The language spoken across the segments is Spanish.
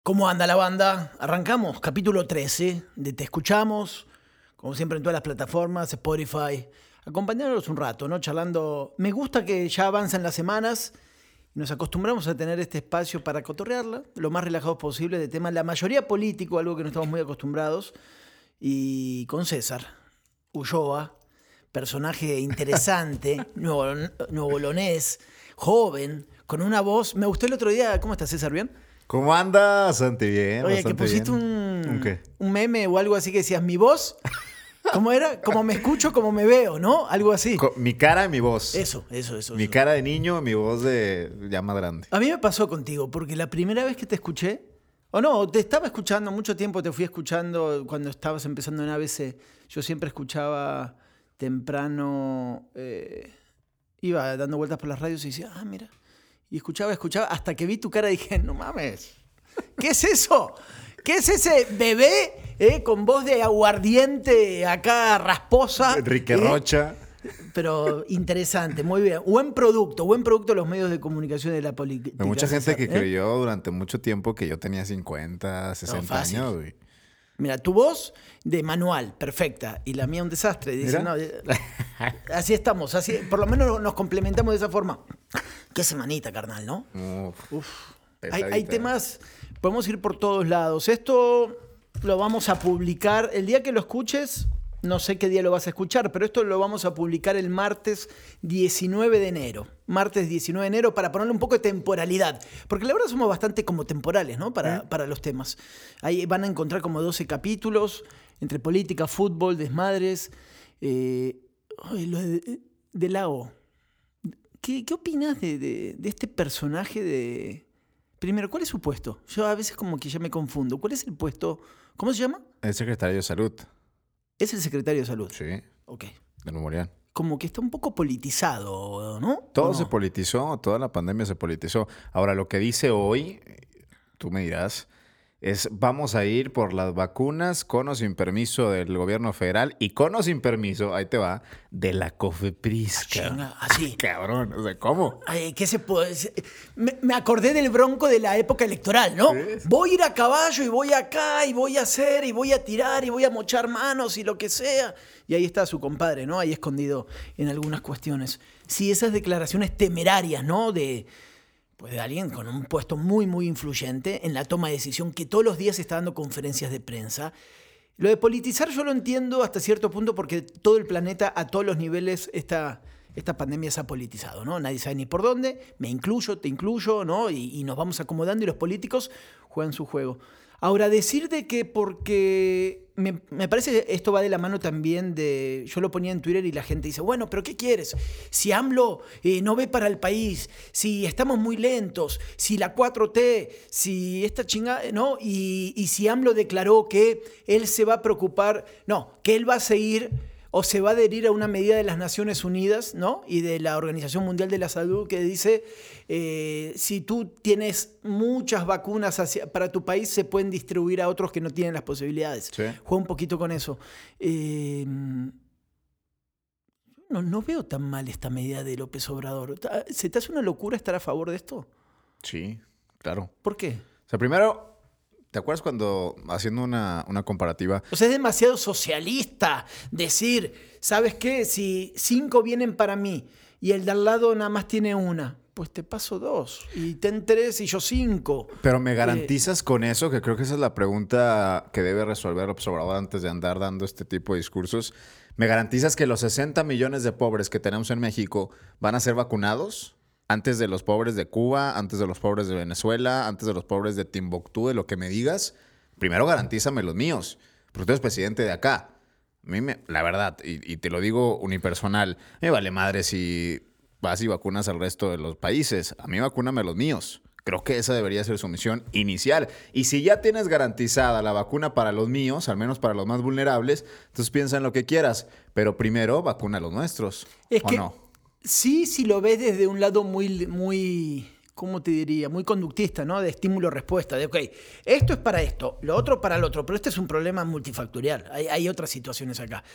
¿Cómo anda la banda? Arrancamos, capítulo 13 de Te Escuchamos, como siempre en todas las plataformas, Spotify. Acompañándonos un rato, ¿no? Charlando. Me gusta que ya avanzan las semanas y nos acostumbramos a tener este espacio para cotorrearla, lo más relajados posible de temas, la mayoría político, algo que no estamos muy acostumbrados, y con César Ulloa, personaje interesante, nuevolonés, joven, con una voz. Me gustó el otro día. ¿Cómo estás, César? ¿Bien? ¿Cómo andas? Bastante bien. Oye, que pusiste bien. un qué? un meme o algo así que decías, mi voz, ¿cómo era? Como me escucho, como me veo, ¿no? Algo así. Mi cara y mi voz. Eso. Mi cara de niño, mi voz de ya más grande. A mí me pasó contigo, porque la primera vez que te escuché, o no, te estaba escuchando mucho tiempo, te fui escuchando cuando estabas empezando en ABC. Yo siempre escuchaba temprano, iba dando vueltas por las radios y decía, mira. Y escuchaba, hasta que vi tu cara y dije, no mames, ¿qué es eso? ¿Qué es ese bebé con voz de aguardiente acá rasposa? Enrique Rocha. Pero interesante, muy bien. Buen producto los medios de comunicación de la política. Hay mucha gente que creyó durante mucho tiempo que yo tenía 50, 60 años, güey. Mira, tu voz de manual, perfecta, y la mía un desastre. Dice, no, así estamos, así, por lo menos nos complementamos de esa forma. Qué semanita, carnal, ¿no? Uf. Hay temas, podemos ir por todos lados. Esto lo vamos a publicar el día que lo escuches. No sé qué día lo vas a escuchar, pero esto lo vamos a publicar el martes 19 de enero. Martes 19 de enero para ponerle un poco de temporalidad. Porque la verdad somos bastante como temporales, ¿no? Para los temas. Ahí van a encontrar como 12 capítulos entre política, fútbol, desmadres. Lo de Lao. ¿Qué opinas de este personaje de... Primero, ¿cuál es su puesto? Yo a veces como que ya me confundo. ¿Cuál es el puesto? ¿Cómo se llama? El secretario de Salud. Es el secretario de Salud. Sí. Ok. Del Memorial. Como que está un poco politizado, ¿no? Todo se politizó, toda la pandemia se politizó. Ahora, lo que dice hoy, tú me dirás, es vamos a ir por las vacunas con o sin permiso del gobierno federal y con o sin permiso, ahí te va, de la COFEPRIS. Así. Cabrón, o sea, ¿cómo? Ay, ¿qué se puede? Me acordé del Bronco de la época electoral, ¿no? Sí. Voy a ir a caballo y voy acá y voy a hacer y voy a tirar y voy a mochar manos y lo que sea. Y ahí está su compadre, ¿no? Ahí escondido en algunas cuestiones. Sí, esas declaraciones temerarias, ¿no? De alguien con un puesto muy, muy influyente en la toma de decisión, que todos los días está dando conferencias de prensa. Lo de politizar yo lo entiendo hasta cierto punto porque todo el planeta, a todos los niveles, esta pandemia se ha politizado, ¿no? Nadie sabe ni por dónde, me incluyo, te incluyo, ¿no? Y nos vamos acomodando y los políticos juegan su juego. Ahora, decir de que porque... Me parece que esto va de la mano también de... Yo lo ponía en Twitter y la gente dice, bueno, pero ¿qué quieres? Si AMLO no ve para el país, si estamos muy lentos, si la 4T, si esta chingada, ¿no? Y si AMLO declaró que él se va a preocupar, no, que él va a seguir... o se va a adherir a una medida de las Naciones Unidas, ¿no? Y de la Organización Mundial de la Salud que dice, si tú tienes muchas vacunas para tu país, se pueden distribuir a otros que no tienen las posibilidades. Sí. Juega un poquito con eso. No veo tan mal esta medida de López Obrador. ¿Se te hace una locura estar a favor de esto? Sí, claro. ¿Por qué? O sea, primero... ¿Te acuerdas cuando, haciendo una comparativa? O sea, es demasiado socialista decir, ¿sabes qué? Si 5 vienen para mí y el de al lado nada más tiene una, pues te paso 2 y ten 3 y yo 5. Pero ¿me garantizas con eso? Que creo que esa es la pregunta que debe resolver López Obrador antes de andar dando este tipo de discursos. ¿Me garantizas que los 60 millones de pobres que tenemos en México van a ser vacunados? Antes de los pobres de Cuba, antes de los pobres de Venezuela, antes de los pobres de Timbuktu, de lo que me digas, primero garantízame los míos, porque tú eres presidente de acá. A mí, la verdad, y te lo digo unipersonal, me vale madre si vas y vacunas al resto de los países. A mí vacúname los míos. Creo que esa debería ser su misión inicial. Y si ya tienes garantizada la vacuna para los míos, al menos para los más vulnerables, entonces piensa en lo que quieras. Pero primero vacuna a los nuestros, ¿o no? Sí, si lo ves desde un lado muy, ¿cómo te diría? Muy conductista, ¿no? De estímulo-respuesta. De, ok, esto es para esto, lo otro para el otro. Pero este es un problema multifactorial. Hay otras situaciones acá.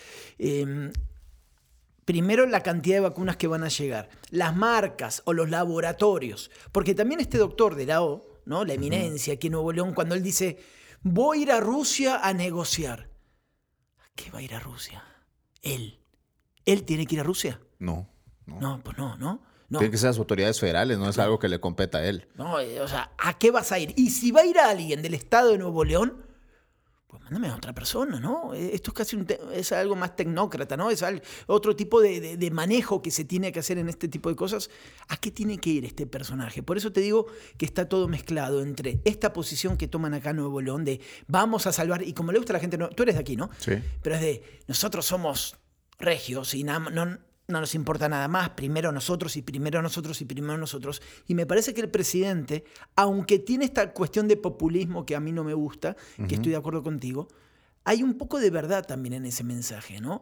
Primero, la cantidad de vacunas que van a llegar. Las marcas o los laboratorios. Porque también este doctor de la O, ¿no? La eminencia aquí en Nuevo León, cuando él dice, voy a ir a Rusia a negociar. ¿A qué va a ir a Rusia? Él. ¿Él tiene que ir a Rusia? No. No, pues no. No. Tiene que ser las autoridades federales, no es algo que le competa a él. No, o sea, ¿a qué vas a ir? Y si va a ir a alguien del estado de Nuevo León, pues mándame a otra persona, ¿no? Esto es casi es algo más tecnócrata, ¿no? Es otro tipo de manejo que se tiene que hacer en este tipo de cosas. ¿A qué tiene que ir este personaje? Por eso te digo que está todo mezclado entre esta posición que toman acá en Nuevo León de vamos a salvar, y como le gusta a la gente, tú eres de aquí, ¿no? Sí. Pero es de nosotros somos regios y no nos importa nada más, primero nosotros y primero nosotros y primero nosotros. Y me parece que el presidente, aunque tiene esta cuestión de populismo que a mí no me gusta, que estoy de acuerdo contigo, hay un poco de verdad también en ese mensaje, ¿no?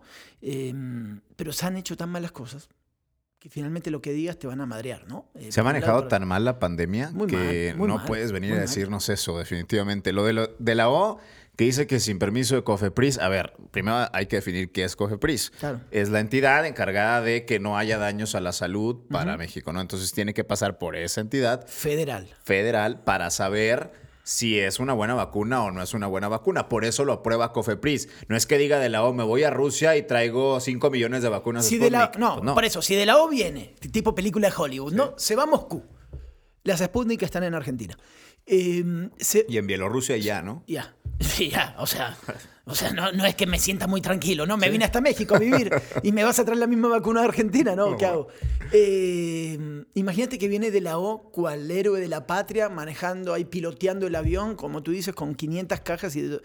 Pero se han hecho tan malas cosas que finalmente lo que digas te van a madrear, ¿no? Se ha manejado tan mal la pandemia que muy no mal, puedes venir muy a decirnos eso, definitivamente. Lo de la O, que dice que sin permiso de COFEPRIS, a ver, primero hay que definir qué es COFEPRIS. Claro. Es la entidad encargada de que no haya daños a la salud para México, ¿no? Entonces tiene que pasar por esa entidad federal para saber si es una buena vacuna o no es una buena vacuna. Por eso lo aprueba COFEPRIS. No es que diga de la O, me voy a Rusia y traigo 5 millones de vacunas Si Sputnik. de la, no, pues no, por eso, si de la O viene, tipo película de Hollywood, ¿no? Se va a Moscú. Las Sputnik están en Argentina. Y en Bielorrusia ya, ¿no? Ya. Sí, ya, o sea, no es que me sienta muy tranquilo, ¿no? Me vine hasta México a vivir y me vas a traer la misma vacuna de Argentina, ¿no? ¿Qué hago? Imagínate que viene de la O, cual héroe de la patria, manejando ahí, piloteando el avión, como tú dices, con 500 cajas y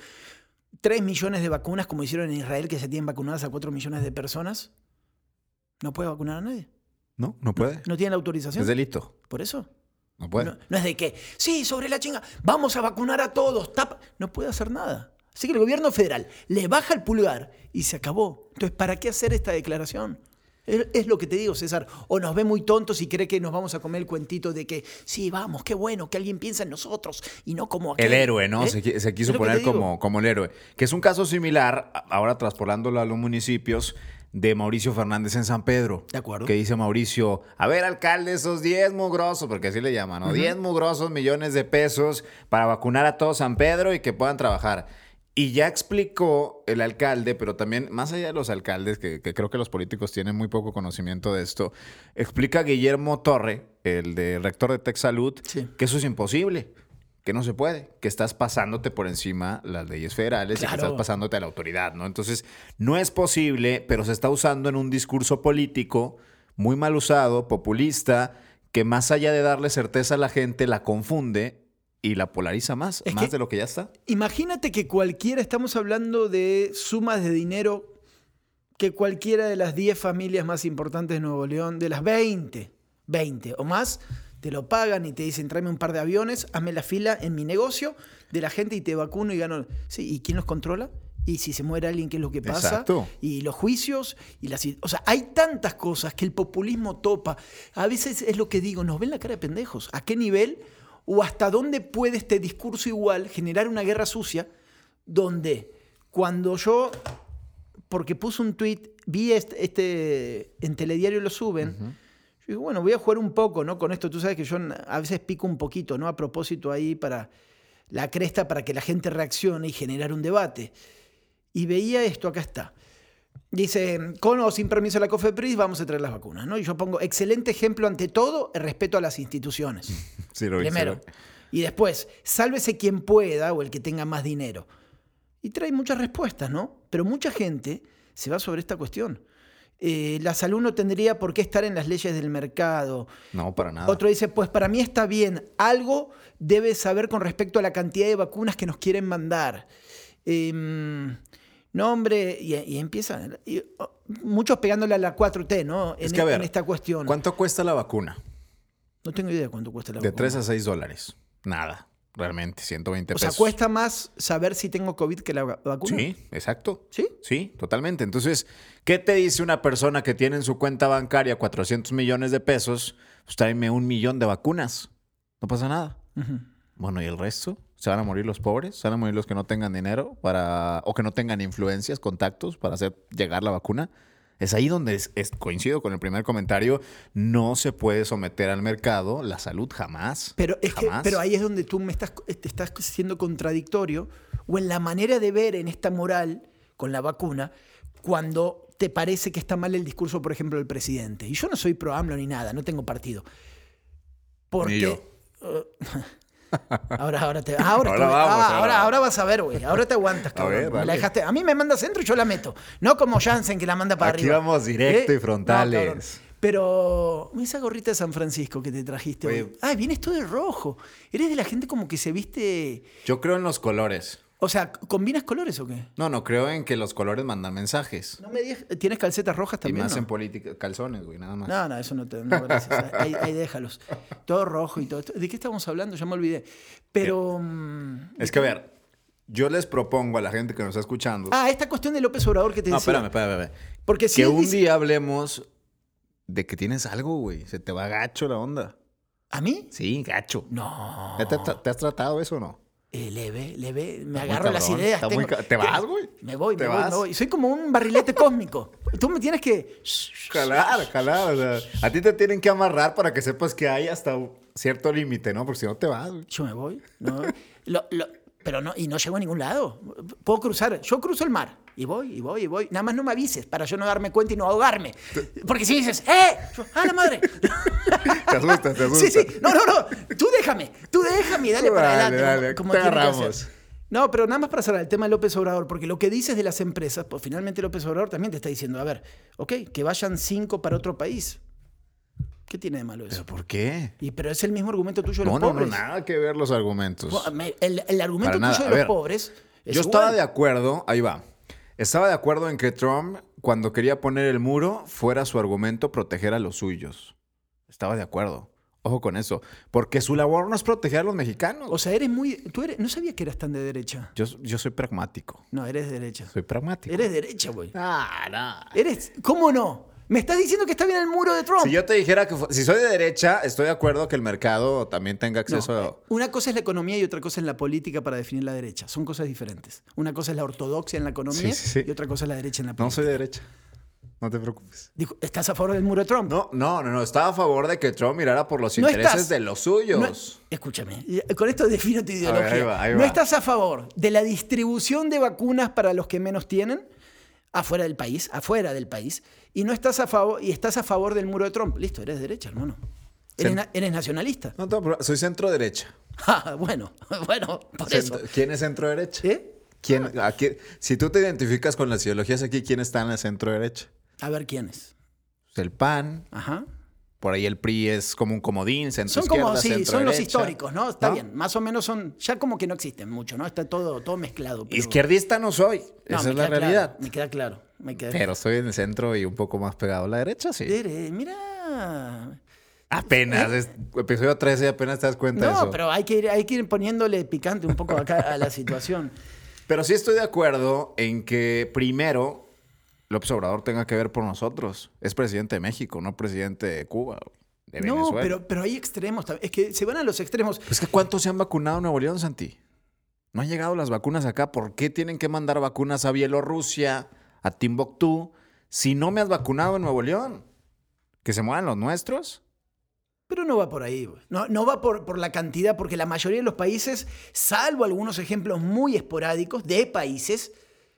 3 millones de vacunas, como hicieron en Israel, que se tienen vacunadas a 4 millones de personas. ¿No puede vacunar a nadie? No puede. ¿No tiene la autorización? Es delito. ¿Por eso? No puede. No es de que, sí, sobre la chinga, vamos a vacunar a todos. No puede hacer nada. Así que el gobierno federal le baja el pulgar y se acabó. Entonces, ¿para qué hacer esta declaración? Es lo que te digo, César. O nos ve muy tontos y cree que nos vamos a comer el cuentito de que, sí, vamos, qué bueno, que alguien piensa en nosotros y no como aquel. El héroe, ¿no? Se quiso poner como el héroe. Que es un caso similar, ahora traspolándolo a los municipios, de Mauricio Fernández en San Pedro. De acuerdo. Que dice Mauricio, a ver, alcalde, esos 10 mugrosos, porque así le llaman, ¿no? 10 mugrosos millones de pesos para vacunar a todo San Pedro y que puedan trabajar. Y ya explicó el alcalde, pero también, más allá de los alcaldes, que creo que los políticos tienen muy poco conocimiento de esto, explica Guillermo Torre, el de rector de TechSalud, que eso es imposible. Que no se puede, que estás pasándote por encima las leyes federales y que estás pasándote a la autoridad, ¿no? Entonces, no es posible, pero se está usando en un discurso político muy mal usado, populista, que más allá de darle certeza a la gente, la confunde y la polariza más de lo que ya está. Imagínate que estamos hablando de sumas de dinero que cualquiera de las 10 familias más importantes de Nuevo León, de las 20 o más, te lo pagan y te dicen, tráeme un par de aviones, hazme la fila en mi negocio de la gente y te vacuno y gano. Sí, ¿y quién los controla? Y si se muere alguien, ¿qué es lo que pasa? Exacto. Y los juicios. O sea, hay tantas cosas que el populismo topa. A veces es lo que digo, nos ven la cara de pendejos. ¿A qué nivel o hasta dónde puede este discurso igual generar una guerra sucia donde cuando yo, porque puse un tuit, vi en Telediario lo suben, yo digo, bueno, voy a jugar un poco, ¿no? Con esto, tú sabes que yo a veces pico un poquito, ¿no? A propósito ahí para la cresta, para que la gente reaccione y generar un debate. Y veía esto, acá está. Dice, con o sin permiso de la COFEPRIS vamos a traer las vacunas, ¿no? Y yo pongo, excelente ejemplo ante todo, el respeto a las instituciones. Sí, lo primero. Y después, sálvese quien pueda o el que tenga más dinero. Y trae muchas respuestas, ¿no? Pero mucha gente se va sobre esta cuestión. La salud no tendría por qué estar en las leyes del mercado. No, para nada. Otro dice, pues para mí está bien. Algo debe saber con respecto a la cantidad de vacunas que nos quieren mandar. No, hombre, y empiezan. Muchos pegándole a la 4T, ¿no? En esta cuestión. ¿Cuánto cuesta la vacuna? No tengo idea de cuánto cuesta la vacuna. De 3 a 6 dólares. Nada. Realmente, 120 pesos. O sea, ¿cuesta más saber si tengo COVID que la vacuna? Sí, exacto. ¿Sí? Sí, totalmente. Entonces, ¿qué te dice una persona que tiene en su cuenta bancaria 400 millones de pesos? Pues tráeme 1 millón de vacunas. No pasa nada. Bueno, ¿y el resto? ¿Se van a morir los pobres? ¿Se van a morir los que no tengan dinero o que no tengan influencias, contactos para hacer llegar la vacuna? Es ahí donde coincido con el primer comentario, no se puede someter al mercado la salud jamás. Pero jamás. pero ahí es donde tú te estás siendo contradictorio, o en la manera de ver en esta moral con la vacuna, cuando te parece que está mal el discurso, por ejemplo, del presidente. Y yo no soy pro AMLO ni nada, no tengo partido. Porque... Ni yo. Ahora vas a ver, güey. Ahora te aguantas, cabrón. A ver, Me la dale. dejaste. A mí me manda centro y yo la meto. No como Jansen que la manda para Aquí arriba. vamos directo y frontales. cabrón. Pero esa gorrita de San Francisco que te trajiste Oye. hoy. Ay, vienes todo de rojo. Eres de la gente como que se viste... Yo creo en los colores. O sea, ¿combinas colores o qué? No creo en que los colores mandan mensajes. No me digas... ¿Tienes calcetas rojas Y también? más ¿no? en política, calzones, güey, nada más. No, eso no gracias. Ahí déjalos. Todo rojo y todo. ¿De qué estamos hablando? Ya me olvidé. Pero... Es que, a ver, yo les propongo a la gente que nos está escuchando... esta cuestión de López Obrador que te No, decía. espérame. Porque si Que él un dice- día hablemos de que tienes algo, güey. Se te va gacho la onda. ¿A mí? Sí, gacho. No. ¿Ya te has tratado eso o no? Leve. Me Está muy agarro las cabrón, ideas. está muy ¿Te vas, güey? Me voy. ¿Te vas? Soy como un barrilete cósmico. Tú me tienes que... Jalar. O sea, a ti te tienen que amarrar para que sepas que hay hasta un cierto límite, ¿no? Porque si no te vas, güey. Yo me voy. No. Pero no, y no llego a ningún lado. Puedo cruzar. Yo cruzo el mar. Y voy. Nada más no me avises para yo no darme cuenta y no ahogarme. Porque si dices, yo, ¡ah, la madre! Te asustas. Sí. No. Tú déjame y dale para Dale, adelante. dale, Como te tiene que agarramos. ser. No, pero nada más para cerrar el tema de López Obrador, porque lo que dices de las empresas, pues finalmente López Obrador también te está diciendo, a ver, ok, que vayan 5 para otro país. ¿Qué tiene de malo eso? ¿Pero por qué? Pero es el mismo argumento tuyo de los No, pobres. nada que ver los argumentos. El argumento Para nada. tuyo A de los ver, pobres es Yo igual. estaba de acuerdo, ahí va. Estaba de acuerdo en que Trump, cuando quería poner el muro, fuera su argumento proteger a los suyos. Estaba de acuerdo. Ojo con eso. Porque su labor no es proteger a los mexicanos. O sea, no sabía que eras tan de derecha. Yo soy pragmático. No, eres de derecha. Soy pragmático. Eres derecha, güey. No. ¿Cómo no? Me estás diciendo que está bien el muro de Trump. Si yo te dijera que si soy de derecha, estoy de acuerdo que el mercado también tenga acceso a... Una cosa es la economía y otra cosa es la política para definir la derecha. Son cosas diferentes. Una cosa es la ortodoxia en la economía Sí. y otra cosa es la derecha en la política. No soy de derecha. No te preocupes. Dijo, ¿estás a favor del muro de Trump? No. Estaba a favor de que Trump mirara por los No intereses estás. de los suyos. Escúchame, con esto defino tu ideología. ahí ¿No va. estás a favor de la distribución de vacunas para los que menos tienen? Afuera del país. Y no estás a favor, y estás a favor del muro de Trump. Listo, eres derecha, hermano. Eres nacionalista. No, soy centro derecha. Bueno, por eso. ¿Quién es centro derecha? ¿Eh? Si tú te identificas con las ideologías aquí, ¿quién está en la centro derecha? A ver quién es. El PAN, Ajá. por ahí el PRI es como un comodín, centro Son izquierda, como, sí, centro son los derecha. históricos, ¿no? Está ¿No? bien. Más o menos son, ya como que no existen mucho, ¿no? Está todo mezclado. Pero... Izquierdista no soy, No, esa me es la queda realidad. claro, me queda claro. Pero estoy en el centro y un poco más pegado a la derecha, sí. Mira. Apenas, episodio 13, apenas te das cuenta de eso. No, pero hay que ir poniéndole picante un poco acá a la situación. Pero sí estoy de acuerdo en que primero López Obrador tenga que ver por nosotros. Es presidente de México, no presidente de Cuba, de Venezuela. No, pero hay extremos también. Es que se van a los extremos. Es que ¿cuántos se han vacunado en Nuevo León, Santi? No han llegado las vacunas acá. ¿Por qué tienen que mandar vacunas a Bielorrusia, a Timbuktu, si no me has vacunado en Nuevo León? ¿Que se muevan los nuestros? Pero no va por ahí, güey. No va por la cantidad, porque la mayoría de los países, salvo algunos ejemplos muy esporádicos de países,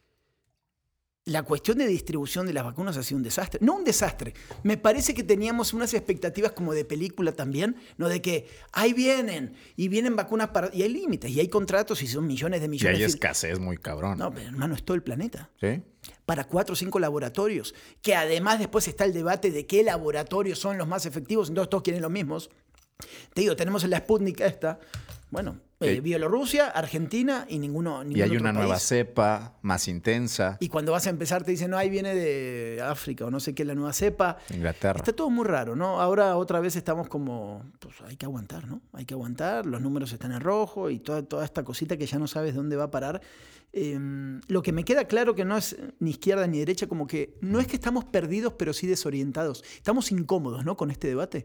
la cuestión de distribución de las vacunas ha sido un desastre. No un desastre. Me parece que teníamos unas expectativas como de película también, ¿no? De que ahí vienen, y vienen vacunas para... Y hay límites, y hay contratos, y son millones de Y millones. hay escasez muy cabrón. No, pero hermano, es todo el planeta. ¿Sí? Para 4 o 5 laboratorios, que además después está el debate de qué laboratorios son los más efectivos, entonces todos quieren los mismos. Te digo, tenemos en la Sputnik esta, bueno, Bielorrusia, Argentina y ninguno Y hay otro una nueva país. cepa más intensa. Y cuando vas a empezar te dicen, no, ahí viene de África o no sé qué, la nueva cepa. Inglaterra. Está todo muy raro, ¿no? Ahora otra vez estamos como, pues hay que aguantar, ¿no? Hay que aguantar, los números están en rojo y toda esta cosita que ya no sabes dónde va a parar. Lo que me queda claro que no es ni izquierda ni derecha, como que no es que estamos perdidos, pero sí desorientados. Estamos incómodos, ¿no? Con este debate.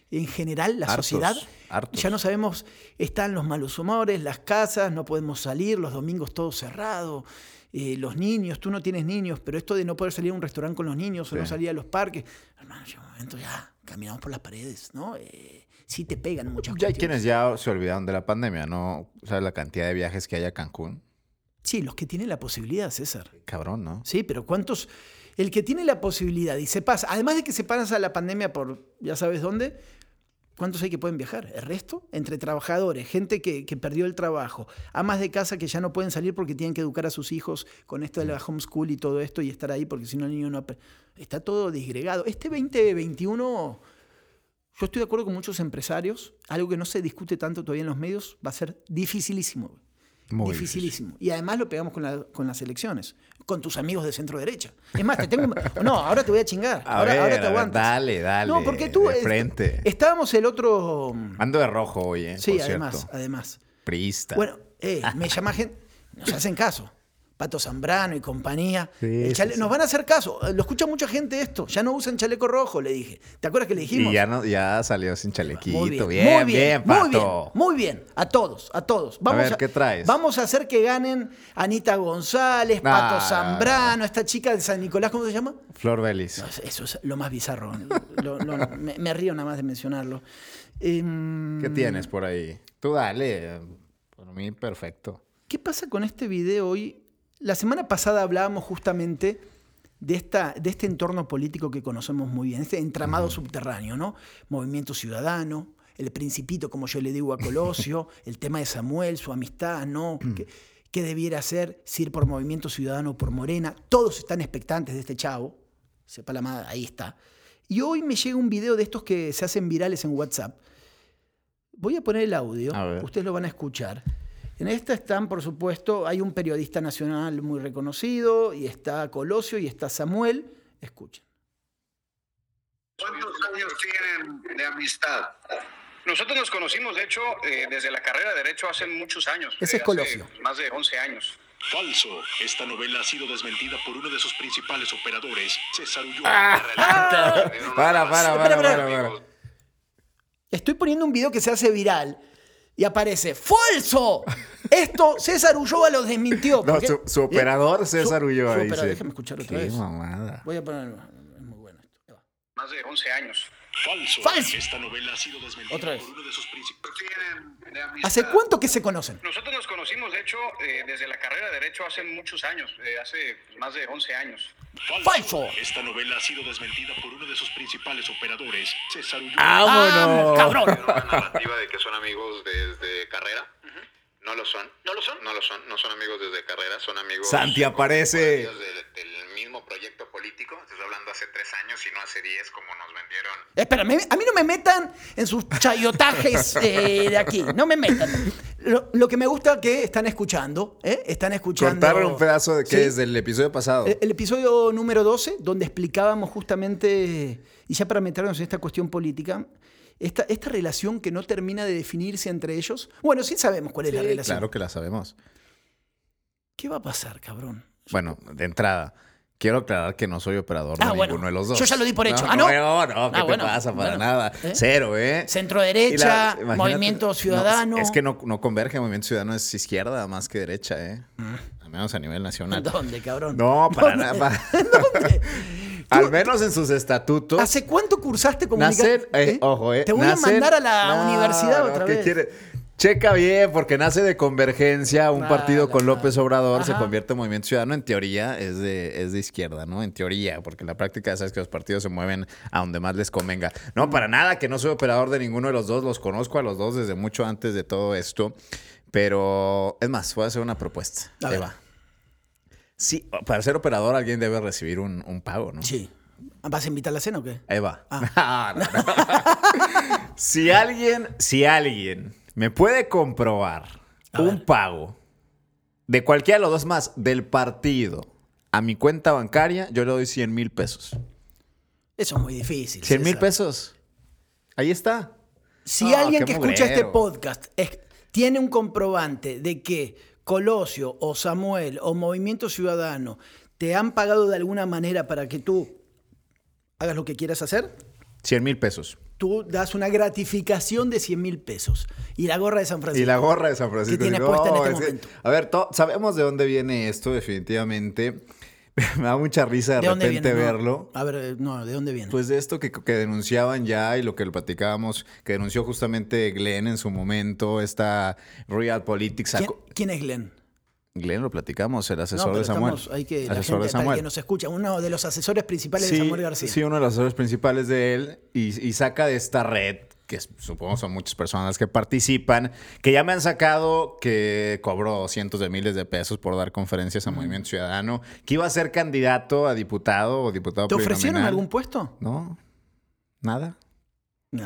en general, la Hartos, sociedad. hartos. Ya no sabemos, están los malos humores, las casas, no podemos salir, los domingos todo cerrado. Los niños, tú no tienes niños, pero esto de no poder salir a un restaurante con los niños o no salir a los parques, hermano, llega un momento ya caminamos por las paredes, ¿no? Sí te pegan muchas Ya hay cuestiones. quienes ya se olvidaron de la pandemia, ¿no? ¿Sabes la cantidad de viajes que hay a Cancún? Sí, los que tienen la posibilidad, César. Cabrón, ¿no? Sí, pero ¿cuántos? El que tiene la posibilidad y se pasa, además de que se pasa la pandemia por ya sabes dónde, ¿cuántos hay que pueden viajar? El resto, entre trabajadores, gente que perdió el trabajo, amas de casa que ya no pueden salir porque tienen que educar a sus hijos con esto de la homeschool y todo esto y estar ahí porque si no el niño no... Está todo disgregado. Este 2021, yo estoy de acuerdo con muchos empresarios, algo que no se discute tanto todavía en los medios, va a ser dificilísimo. Muy Dificilísimo. Y además lo pegamos con las elecciones, con tus amigos de centro derecha. Es más, te tengo... No, ahora te voy a chingar. Ahora te aguantas. Dale. No, porque tú... De frente. Estábamos el otro... Ando de rojo hoy, ¿eh? Sí, Por además, cierto. además. Priista. Bueno, me llama gente... Nos hacen caso. Pato Zambrano y compañía. Sí, sí. Nos van a hacer caso. Lo escucha mucha gente esto. Ya no usan chaleco rojo, le dije. ¿Te acuerdas que le dijimos? Y ya salió sin chalequito. Muy Bien, Pato. Muy bien. A todos. Vamos a ver, ¿qué traes? Vamos a hacer que ganen Anita González, Pato Zambrano, esta chica de San Nicolás, ¿cómo se llama? Flor Vélez. No, eso es lo más bizarro. Me río nada más de mencionarlo. ¿Qué tienes por ahí? Tú dale. Por mí, perfecto. ¿Qué pasa con este video hoy? La semana pasada hablábamos justamente de este entorno político que conocemos muy bien, este entramado subterráneo, ¿no? Movimiento Ciudadano, el Principito, como yo le digo a Colosio, el tema de Samuel, su amistad, ¿no? ¿Qué debiera hacer? Si ir por Movimiento Ciudadano o por Morena. Todos están expectantes de este chavo. Sepa la madre, ahí está. Y hoy me llega un video de estos que se hacen virales en WhatsApp. Voy a poner el audio, ustedes lo van a escuchar. En esta están, por supuesto, hay un periodista nacional muy reconocido, y está Colosio y está Samuel. Escuchen. ¿Cuántos años tienen de amistad? Nosotros nos conocimos, de hecho, desde la carrera de Derecho hace muchos años. Ese es Colosio. Hace más de 11 años. Falso. Esta novela ha sido desmentida por uno de sus principales operadores, César Ulloa. Para. Estoy poniendo un video que se hace viral y aparece ¡falso! Esto César Ulloa lo desmintió. No, su operador César Ulloa dice. Déjame escuchar otra vez. Qué mamada. Voy a poner... Es muy bueno esto. Ahí va. Más de 11 años. Falso. Falso. Esta novela ha sido desmentida Otra vez. por uno de sus principales. Tienen de amistad. ¿Hace cuánto que se conocen? Nosotros nos conocimos, de hecho, desde la carrera de Derecho hace muchos años. Hace más de 11 años. ¡Falso! Esta novela ha sido desmentida por uno de sus principales operadores, César Ulloa. ¡Vámonos! ¡Cabrón! Una narrativa de que son amigos desde carrera. No lo son. ¿No lo son? No lo son. No son amigos desde carrera, son amigos... Santi aparece. Del mismo proyecto político. Estoy hablando hace 3 años y no hace 10 como nos vendieron. Espérame, a mí no me metan en sus chayotajes de aquí. No me metan. Lo que me gusta que están escuchando, Están escuchando... Cortaron un pedazo de que Sí. es del episodio pasado. El episodio número 12, donde explicábamos justamente, y ya para meternos en esta cuestión política, esta relación que no termina de definirse entre ellos. Bueno, sí sabemos cuál es la relación. Claro que la sabemos. ¿Qué va a pasar, cabrón? Bueno, de entrada, quiero aclarar que no soy operador de ninguno de los dos. Yo ya lo di por hecho. No, ¿qué ¿qué te pasa? Para nada. Cero, ¿eh? Centro derecha, Imagínate, Movimiento Ciudadano. No, es que no converge. Movimiento Ciudadano es izquierda más que derecha, ¿eh? Al menos a nivel nacional. ¿Dónde, cabrón? No, para nada. ¿Dónde? Al menos en sus estatutos. ¿Hace cuánto cursaste comunicación? Ojo, Te voy a mandar a la universidad otra ¿qué vez. quiere? Checa bien, porque nace de Convergencia, un partido con López Obrador, se Ajá. convierte en Movimiento Ciudadano. En teoría es de izquierda, ¿no? En teoría, porque en la práctica sabes que los partidos se mueven a donde más les convenga. No, para nada, que no soy operador de ninguno de los dos. Los conozco a los dos desde mucho antes de todo esto. Pero, es más, voy a hacer una propuesta. A Ahí ver. va. Sí, para ser operador alguien debe recibir un pago, ¿no? Sí. ¿Vas a invitar a la cena o qué? Ahí va. No. Si alguien me puede comprobar un pago de cualquiera de los dos más del partido a mi cuenta bancaria, yo le doy 100,000 pesos. Eso es muy difícil. 100,000 César. pesos. Ahí está. Si No, alguien qué que escucha mugrero. este podcast tiene un comprobante de que Colosio o Samuel o Movimiento Ciudadano te han pagado de alguna manera para que tú hagas lo que quieras hacer, 100,000 pesos. tú das una gratificación de 100.000 pesos. Y la gorra de San Francisco. Y la gorra de San Francisco. Que tienes puesta en este momento. A ver, sabemos de dónde viene esto, definitivamente. Me da mucha risa de repente verlo. A ver, no, ¿de dónde viene? Pues de esto que denunciaban ya y lo que lo platicábamos, que denunció justamente Glenn en su momento, esta Real Politics. ¿Quién es Glenn? Glenn lo platicamos, el asesor de Samuel. Asesor de Samuel. Para el que nos escucha, uno de los asesores principales de Samuel García. Sí, uno de los asesores principales de él y saca de esta red, que supongo son muchas personas que participan, que ya me han sacado que cobró cientos de miles de pesos por dar conferencias a Movimiento Ciudadano, que iba a ser candidato a diputado o diputado plurinominal. ¿Te ofrecieron algún puesto? No, nada. No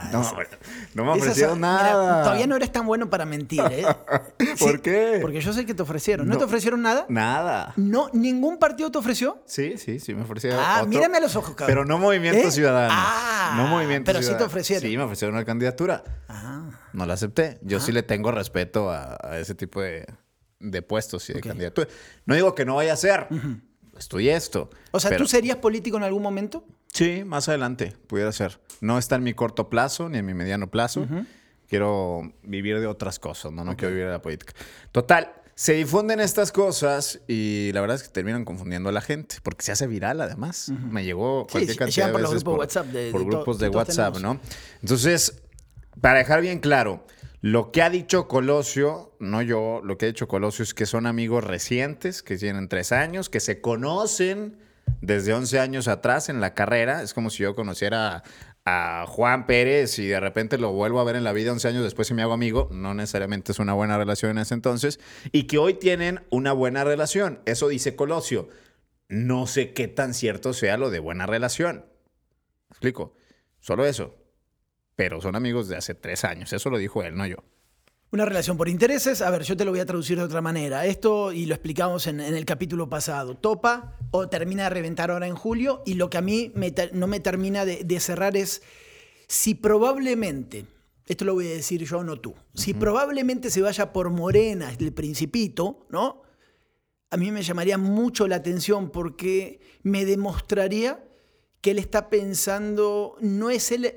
me ofrecieron nada. Mira, todavía no eres tan bueno para mentir, ¿eh? ¿Por qué? Porque yo sé que te ofrecieron. ¿No te ofrecieron nada? Nada. No, ¿ningún partido te ofreció? Sí, me ofrecieron. Mírame a los ojos, cabrón. Pero no Movimiento Ciudadano. No Movimiento Ciudadano. Pero sí te ofrecieron. Sí, me ofrecieron una candidatura. No la acepté. Yo sí le tengo respeto a ese tipo de puestos y de candidaturas. No digo que no vaya a ser. Estoy esto. O sea, ¿tú serías político en algún momento? Sí, más adelante pudiera ser. No está en mi corto plazo ni en mi mediano plazo. Quiero vivir de otras cosas, no quiero vivir de la política. Total, se difunden estas cosas y la verdad es que terminan confundiendo a la gente porque se hace viral además. Me llegó cualquier cantidad de veces por grupos de WhatsApp, ¿no? Entonces, para dejar bien claro, lo que ha dicho Colosio, no yo, lo que ha dicho Colosio es que son amigos recientes, que tienen 3 años, que se conocen desde 11 años atrás en la carrera. Es como si yo conociera a Juan Pérez y de repente lo vuelvo a ver en la vida 11 años después y me hago amigo. No necesariamente es una buena relación en ese entonces. Y que hoy tienen una buena relación. Eso dice Colosio. No sé qué tan cierto sea lo de buena relación. ¿Me explico? Solo eso. Pero son amigos de hace 3 años. Eso lo dijo él, no yo. Una relación por intereses. A ver, yo te lo voy a traducir de otra manera. Esto, y lo explicamos en el capítulo pasado, topa o termina de reventar ahora en julio. Y lo que a mí no me termina de cerrar es si probablemente, esto lo voy a decir yo, no tú, si probablemente se vaya por Morena el Principito, ¿no? A mí me llamaría mucho la atención porque me demostraría que él está pensando, no es él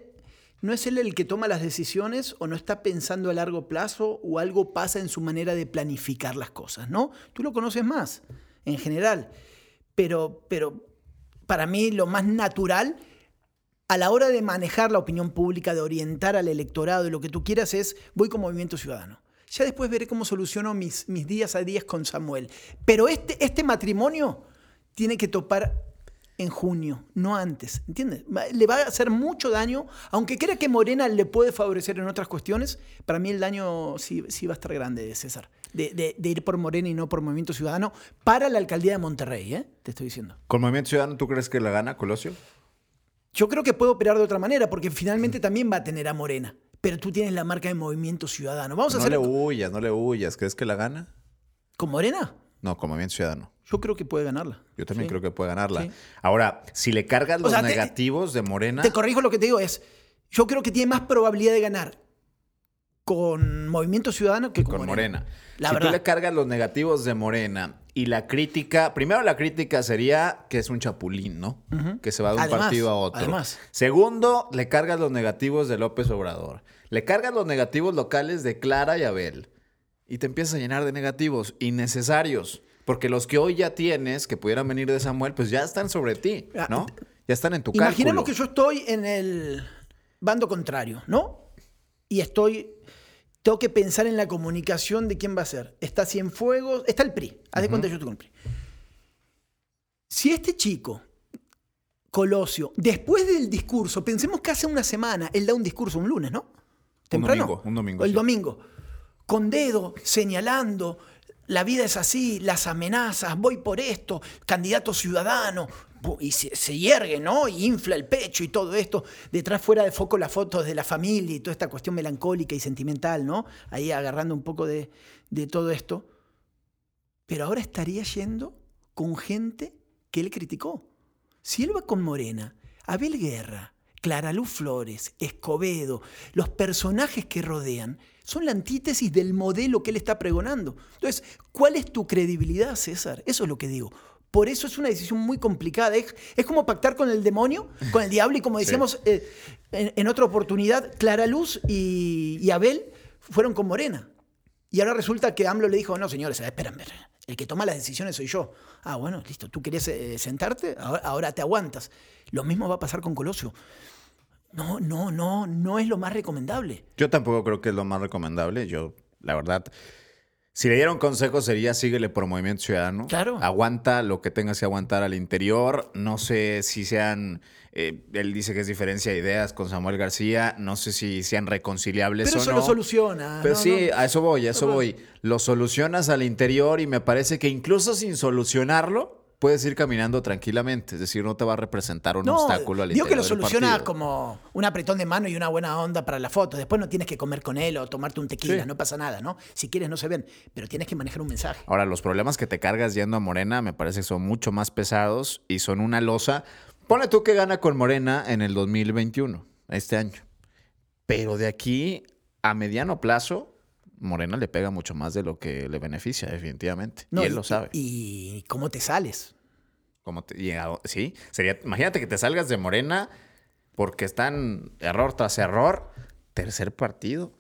el que toma las decisiones o no está pensando a largo plazo o algo pasa en su manera de planificar las cosas, ¿no? Tú lo conoces más, en general. Pero para mí lo más natural a la hora de manejar la opinión pública, de orientar al electorado y lo que tú quieras es, voy con Movimiento Ciudadano. Ya después veré cómo soluciono mis días a días con Samuel. Pero este matrimonio tiene que topar en junio, no antes, ¿entiendes? Le va a hacer mucho daño, aunque crea que Morena le puede favorecer en otras cuestiones, para mí el daño sí va a estar grande, César, de ir por Morena y no por Movimiento Ciudadano para la alcaldía de Monterrey, te estoy diciendo. ¿Con Movimiento Ciudadano tú crees que la gana Colosio? Yo creo que puede operar de otra manera, porque finalmente también va a tener a Morena, pero tú tienes la marca de Movimiento Ciudadano. No le huyas, ¿crees que la gana? ¿Con Morena? No, con Movimiento Ciudadano. Yo creo que puede ganarla. Yo también creo que puede ganarla. Sí. Ahora, si le cargas los negativos de Morena... Te corrijo lo que te digo es, yo creo que tiene más probabilidad de ganar con Movimiento Ciudadano que con Morena. Si tú le cargas los negativos de Morena y la crítica... Primero, la crítica sería que es un chapulín, ¿no? Que se va de un partido a otro. Además. Segundo, le cargas los negativos de López Obrador. Le cargas los negativos locales de Clara y Abel. Y te empiezas a llenar de negativos innecesarios. Porque los que hoy ya tienes, que pudieran venir de Samuel, pues ya están sobre ti, ¿no? Ya están en tu cálculo. Imaginemos que yo estoy en el bando contrario, ¿no? Y tengo que pensar en la comunicación de quién va a ser. Está Cienfuegos, está el PRI. Haz de cuenta que yo estoy con el PRI. Si este chico, Colosio, después del discurso, pensemos que hace una semana, él da un discurso un lunes, ¿no? Temprano. Un domingo. O el domingo. Con dedo, señalando... La vida es así, las amenazas, voy por esto, candidato ciudadano, y se hiergue, ¿no? Y infla el pecho y todo esto. Detrás, fuera de foco, las fotos de la familia y toda esta cuestión melancólica y sentimental, ¿no? Ahí agarrando un poco de todo esto. Pero ahora estaría yendo con gente que él criticó. Si él va con Morena, Abel Guerra, Clara Luz Flores, Escobedo, los personajes que rodean, son la antítesis del modelo que él está pregonando. Entonces, ¿cuál es tu credibilidad, César? Eso es lo que digo. Por eso es una decisión muy complicada. Es como pactar con el demonio, con el diablo, y como decíamos en otra oportunidad, Clara Luz y Abel fueron con Morena. Y ahora resulta que AMLO le dijo, no, señores, espérenme, el que toma las decisiones soy yo. Ah, bueno, listo, ¿tú querías sentarte? Ahora te aguantas. Lo mismo va a pasar con Colosio. No es lo más recomendable. Yo tampoco creo que es lo más recomendable. Yo, la verdad, si le dieron consejo sería síguele por Movimiento Ciudadano. Claro. Aguanta lo que tengas que aguantar al interior. No sé si sean... él dice que es diferencia de ideas con Samuel García. No sé si sean reconciliables Pero o eso no. lo soluciona. Pero sí, a eso voy. Lo solucionas al interior y me parece que incluso sin solucionarlo puedes ir caminando tranquilamente. Es decir, no te va a representar un obstáculo al digo interior que lo del soluciona partido. como un apretón de mano y una buena onda para la foto. Después no tienes que comer con él o tomarte un tequila. Sí. No pasa nada, ¿no? Si quieres no se ven. Pero tienes que manejar un mensaje. Ahora, los problemas que te cargas yendo a Morena me parece que son mucho más pesados y son una losa. Ponle tú que gana con Morena en el 2021, este año. Pero de aquí a mediano plazo, Morena le pega mucho más de lo que le beneficia, definitivamente. No, y él lo sabe. ¿Y cómo te sales? Sí, imagínate que te salgas de Morena porque están error tras error. Tercer partido.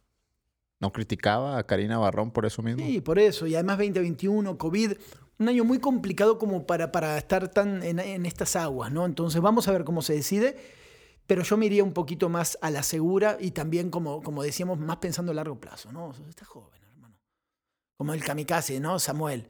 ¿No criticaba a Karina Barrón por eso mismo? Sí, por eso. Y además 2021, COVID, un año muy complicado como para estar tan en estas aguas, ¿no? Entonces vamos a ver cómo se decide, pero yo me iría un poquito más a la segura y también, como decíamos, más pensando a largo plazo, ¿no? Estás joven, hermano. Como el kamikaze, ¿no? Samuel.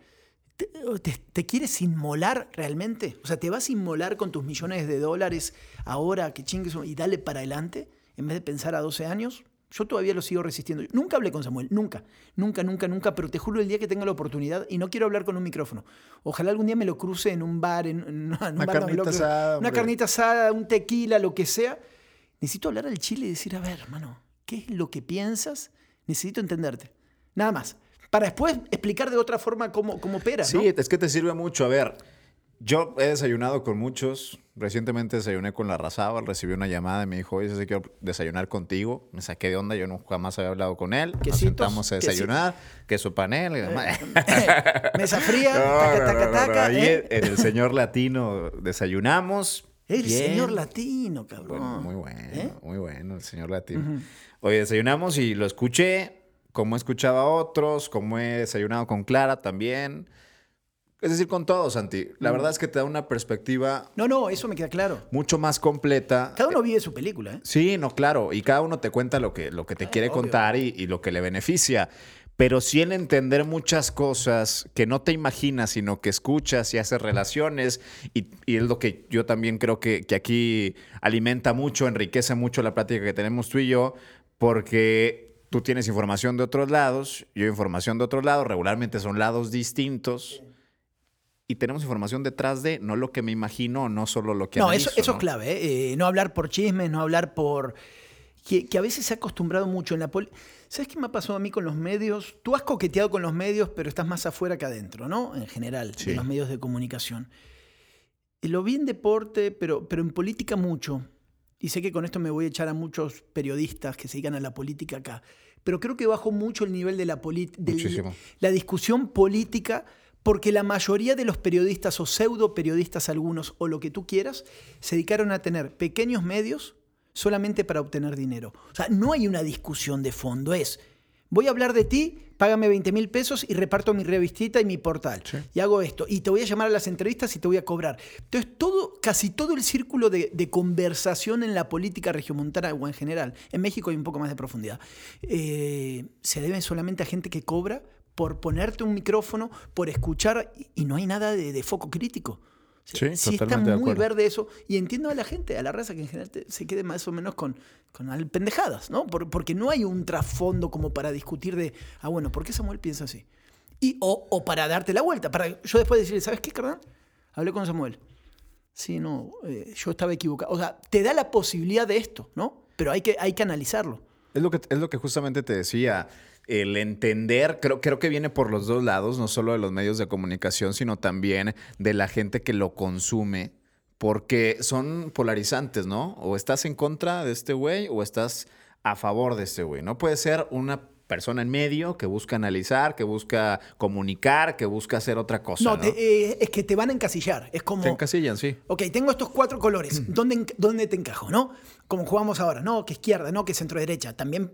¿Te quieres inmolar realmente? O sea, ¿te vas a inmolar con tus millones de dólares ahora que chingues y dale para adelante en vez de pensar a 12 años? Yo todavía lo sigo resistiendo. Nunca hablé con Samuel, nunca, pero te juro el día que tenga la oportunidad, y no quiero hablar con un micrófono. Ojalá algún día me lo cruce en un bar, en un bar, carnita asada, una carnita asada, un tequila, lo que sea. Necesito hablar al chile y decir, a ver, hermano, ¿qué es lo que piensas? Necesito entenderte. Nada más. Para después explicar de otra forma cómo opera, ¿no? Sí, es que te sirve mucho. A ver, yo he desayunado con muchos. Recientemente desayuné con Larrazábal, recibí una llamada y me dijo, oye, si quiero desayunar contigo. Me saqué de onda, yo no jamás había hablado con él. Nos sentamos a desayunar, queso panel y demás. Mesa fría, taca. Ahí en el Señor Latino desayunamos. El Bien. Señor Latino, cabrón. Bueno, muy bueno el Señor Latino. Oye, desayunamos y lo escuché, como he escuchado a otros, como he desayunado con Clara también. Es decir, con todos, Santi. La verdad es que te da una perspectiva... No, eso me queda claro. Mucho más completa. Cada uno vive su película, ¿eh? Sí, no, claro. Y cada uno te cuenta lo que te quiere obvio. contar y lo que le beneficia. Pero sí el entender muchas cosas que no te imaginas, sino que escuchas y haces relaciones. Y es lo que yo también creo que aquí alimenta mucho, enriquece mucho la plática que tenemos tú y yo, porque tú tienes información de otros lados, yo información de otros lados, regularmente son lados distintos. Y tenemos información detrás de no lo que me imagino, no solo lo que analizo. Eso es clave, ¿eh? No hablar por chismes, no hablar por... Que a veces se ha acostumbrado mucho en la política. ¿Sabes qué me ha pasado a mí con los medios? Tú has coqueteado con los medios, pero estás más afuera que adentro, ¿no? En general, Sí. de los medios de comunicación. Y lo vi en deporte, pero en política mucho. Y sé que con esto me voy a echar a muchos periodistas que se dedican a la política acá. Pero creo que bajó mucho el nivel de Muchísimo. la discusión política, porque la mayoría de los periodistas o pseudo periodistas algunos o lo que tú quieras se dedicaron a tener pequeños medios solamente para obtener dinero. O sea, no hay una discusión de fondo. Es, voy a hablar de ti, págame 20,000 pesos y reparto mi revistita y mi portal. Sí. Y hago esto. Y te voy a llamar a las entrevistas y te voy a cobrar. Entonces, casi todo el círculo de conversación en la política regiomontana o en general, en México hay un poco más de profundidad, se debe solamente a gente que cobra por ponerte un micrófono, por escuchar, y no hay nada de foco crítico. Sí, Sí, está totalmente de muy acuerdo. verde eso. Y entiendo a la gente, a la raza que en general se quede más o menos con pendejadas, ¿no? Porque no hay un trasfondo como para discutir de, bueno, ¿por qué Samuel piensa así? O para darte la vuelta, para yo después decirle, ¿sabes qué, carnal? Hablé con Samuel. Sí, no, yo estaba equivocado. O sea, te da la posibilidad de esto, ¿no? Pero hay que analizarlo. Es lo que justamente te decía. El entender, creo que viene por los dos lados, no solo de los medios de comunicación, sino también de la gente que lo consume, porque son polarizantes, ¿no? O estás en contra de este güey o estás a favor de este güey. No puede ser una persona en medio que busca analizar, que busca comunicar, que busca hacer otra cosa. No, ¿no? es que te van a encasillar. Es como... Te encasillan, sí. Ok, tengo estos 4 colores. ¿Dónde te encajo, no? Como jugamos ahora, ¿no? Que izquierda, ¿no? Que centro-derecha. También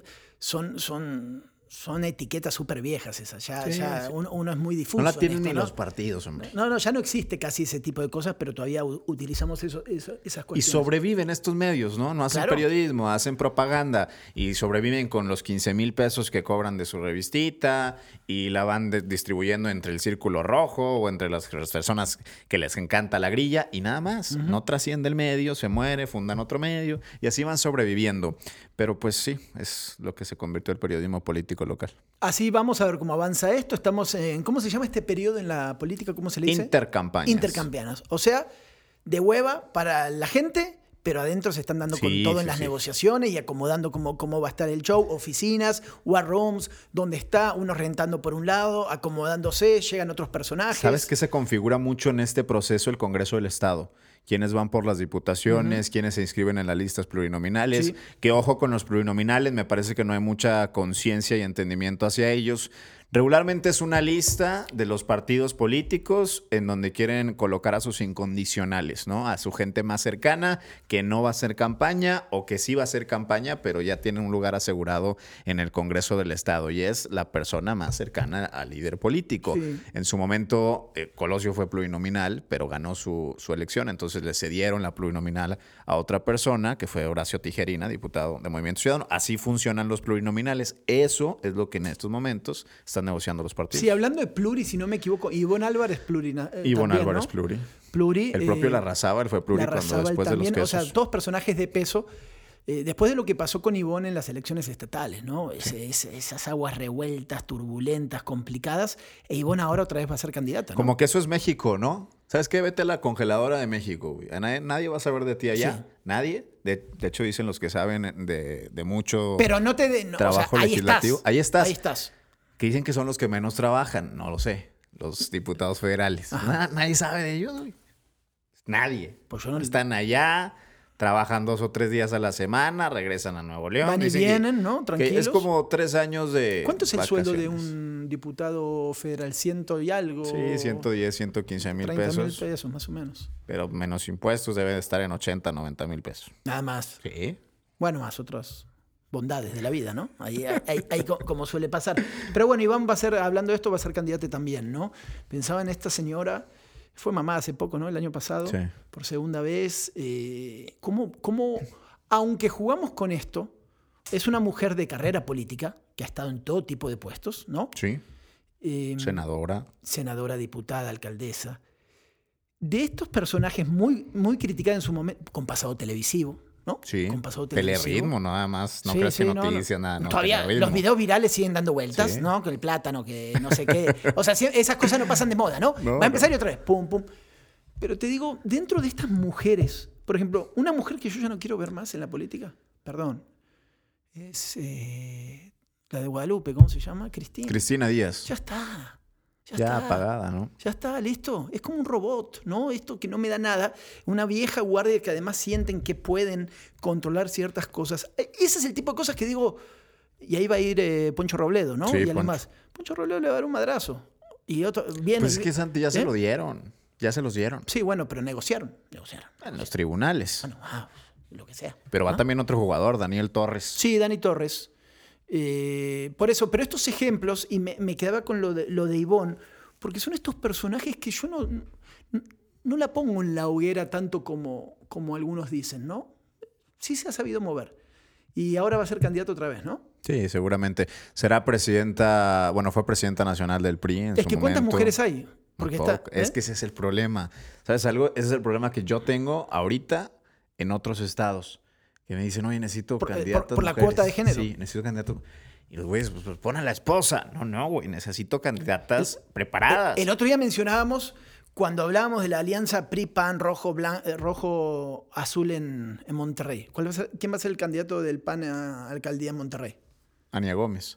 son etiquetas súper viejas esas. Ya uno es muy difuso. No la tienen en esto, ni ¿no? los partidos, hombre. No, ya no existe casi ese tipo de cosas, pero todavía utilizamos esas cuestiones. Y sobreviven estos medios, ¿no? No hacen Claro. periodismo, hacen propaganda y sobreviven con los 15,000 pesos que cobran de su revistita y la van distribuyendo entre el círculo rojo o entre las personas que les encanta la grilla y nada más. No trasciende el medio, se muere, fundan otro medio y así van sobreviviendo. Pero pues sí, es lo que se convirtió el periodismo político local. Así vamos a ver cómo avanza esto. Estamos en... ¿Cómo se llama este periodo en la política? ¿Cómo se le dice? Intercampañas. Intercampañas. O sea, de hueva para la gente, pero adentro se están dando con todo en las negociaciones y acomodando cómo va a estar el show. Oficinas, war rooms, donde está, unos rentando por un lado, acomodándose, llegan otros personajes. ¿Sabes qué se configura mucho en este proceso el Congreso del Estado? Quiénes van por las diputaciones, quiénes se inscriben en las listas plurinominales. Sí. Que ojo con los plurinominales, me parece que no hay mucha conciencia y entendimiento hacia ellos. Regularmente es una lista de los partidos políticos en donde quieren colocar a sus incondicionales, ¿no? A su gente más cercana que no va a hacer campaña o que sí va a hacer campaña, pero ya tiene un lugar asegurado en el Congreso del Estado y es la persona más cercana al líder político. Sí. En su momento, Colosio fue plurinominal, pero ganó su elección, entonces le cedieron la plurinominal a otra persona, que fue Horacio Tijerina, diputado de Movimiento Ciudadano. Así funcionan los plurinominales. Eso es lo que en estos momentos están negociando los partidos. Sí, hablando de pluri, si no me equivoco, Ivonne Álvarez pluri. Ivonne también, Álvarez ¿no? pluri. El propio Larrazábal fue pluri cuando después de los quesos. O sea, todos personajes de peso. Después de lo que pasó con Ivonne en las elecciones estatales, ¿no? Esas aguas revueltas, turbulentas, complicadas. E Ivonne ahora otra vez va a ser candidata, ¿no? Como que eso es México, ¿no? ¿Sabes qué? Vete a la congeladora de México, güey. Nadie va a saber de ti allá. Sí. Nadie. De hecho, dicen los que saben de mucho Pero no te den. trabajo legislativo. Ahí Ahí estás. estás. Que dicen que son los que menos trabajan. No lo sé. Los diputados federales. Nadie sabe de ellos, güey. Nadie. Pues yo no... Están allá, trabajan 2 o 3 días a la semana, regresan a Nuevo León. Van y Dicen vienen, ¿no? que Tranquilos. es como 3 años de ¿Cuánto es el sueldo de vacaciones. un diputado federal? 100 y algo. Sí, 110, 115 mil 30,000 pesos. pesos, más o menos. Pero menos impuestos debe de estar en 80, 90 mil pesos. Nada más. Sí. Bueno, más otras bondades de la vida, ¿no? Ahí como suele pasar. Pero bueno, Iván va a ser, hablando de esto, va a ser candidata también, ¿no? Pensaba en esta señora, fue mamá hace poco, ¿no? El año pasado, Sí. por segunda vez. ¿Cómo, aunque jugamos con esto, es una mujer de carrera política, que ha estado en todo tipo de puestos, ¿no? Sí. Senadora, diputada, alcaldesa. De estos personajes muy, muy criticados en su momento, con pasado televisivo, ¿no? Sí. Con pasado televisivo. Teleritmo, nada más. No Sí, creas sí, que no, noticia, nada. No, todavía Teleritmo. los videos virales siguen dando vueltas, Sí. ¿no? Que el plátano, que no sé qué. O sea, esas cosas no pasan de moda, ¿no? No, Va a empezar no. y otra vez, pum, pum. Pero te digo, dentro de estas mujeres, por ejemplo, una mujer que yo ya no quiero ver más en la política, perdón, es la de Guadalupe, ¿cómo se llama? Cristina Díaz. Ya está. Ya apagada, ¿no? Ya está, listo. Es como un robot, ¿no? Esto que no me da nada. Una vieja guardia que además sienten que pueden controlar ciertas cosas. Ese es el tipo de cosas que digo. Y ahí va a ir Poncho Robledo, ¿no? Sí, y Poncho. además, Poncho Robledo le va a dar un madrazo. Y otro, viene. Pues es que Santi ya se lo dieron. Ya se los dieron. Sí, bueno, pero negociaron. En los tribunales. Bueno, lo que sea. Pero va ¿no? también otro jugador, Daniel Torres. Sí, Dani Torres. Por eso, pero estos ejemplos, y me quedaba con lo de Ivonne, porque son estos personajes que yo no la pongo en la hoguera tanto como algunos dicen, ¿no? Sí se ha sabido mover. Y ahora va a ser candidato otra vez, ¿no? Sí, seguramente. Será presidenta, bueno, fue presidenta nacional del PRI en Es su que ¿cuántas momento. mujeres hay? Porque Poco. está, Es que ese es el problema. ¿Sabes algo? Ese es el problema que yo tengo ahorita en otros estados. Que me dicen, oye, necesito candidatas por la mujeres. cuota de género. Sí, necesito candidatos. Y los güeyes, pues pon a la esposa. No, güey, necesito candidatas preparadas. El otro día mencionábamos, cuando hablábamos de la alianza PRI-PAN rojo-azul en Monterrey. ¿Quién va a ser el candidato del PAN a alcaldía en Monterrey? Ania Gómez,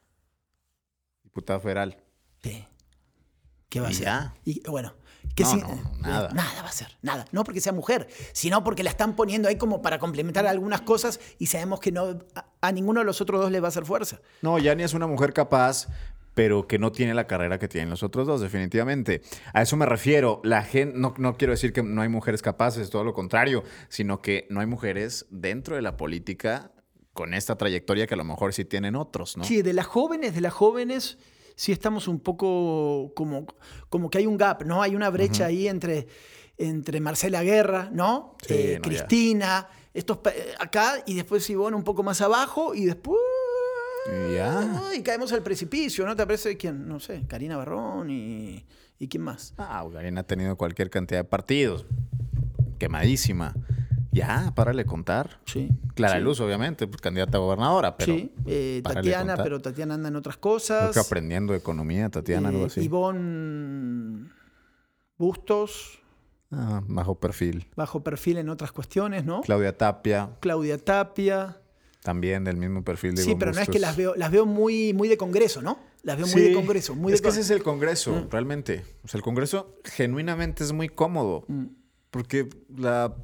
diputada federal. Sí. ¿Qué va a Y ser? ya. Y bueno, nada. Nada va a ser, nada. No porque sea mujer, sino porque la están poniendo ahí como para complementar algunas cosas y sabemos que no A ninguno de los otros dos les va a hacer fuerza. No, Yani es una mujer capaz, pero que no tiene la carrera que tienen los otros dos, definitivamente. A eso me refiero. La gente, no quiero decir que no hay mujeres capaces, todo lo contrario, sino que no hay mujeres dentro de la política con esta trayectoria que a lo mejor sí tienen otros, ¿no? Sí, de las jóvenes, sí estamos un poco como que hay un gap, ¿no? Hay una brecha ahí entre Marcela Guerra, ¿no? Sí, Cristina, estos acá, y después Ivonne un poco más abajo, y después... Y caemos al precipicio, ¿no? ¿Te parece quién? No sé, Karina Barrón y quién más. Karina ha tenido cualquier cantidad de partidos. Quemadísima. Ya, párale contar. Sí. Clara sí. Luz, obviamente, pues, candidata a gobernadora, pero... Sí, Tatiana, pero Tatiana anda en otras cosas. Creo que aprendiendo economía, Tatiana, algo así. Ivonne Bustos. Bajo perfil. Bajo perfil en otras cuestiones, ¿no? Claudia Tapia. También del mismo perfil de Sí, pero no es que las veo muy de Congreso, ¿no? Las veo muy de Congreso. Es que ese es el Congreso, realmente. O sea, el Congreso genuinamente es muy cómodo. Porque la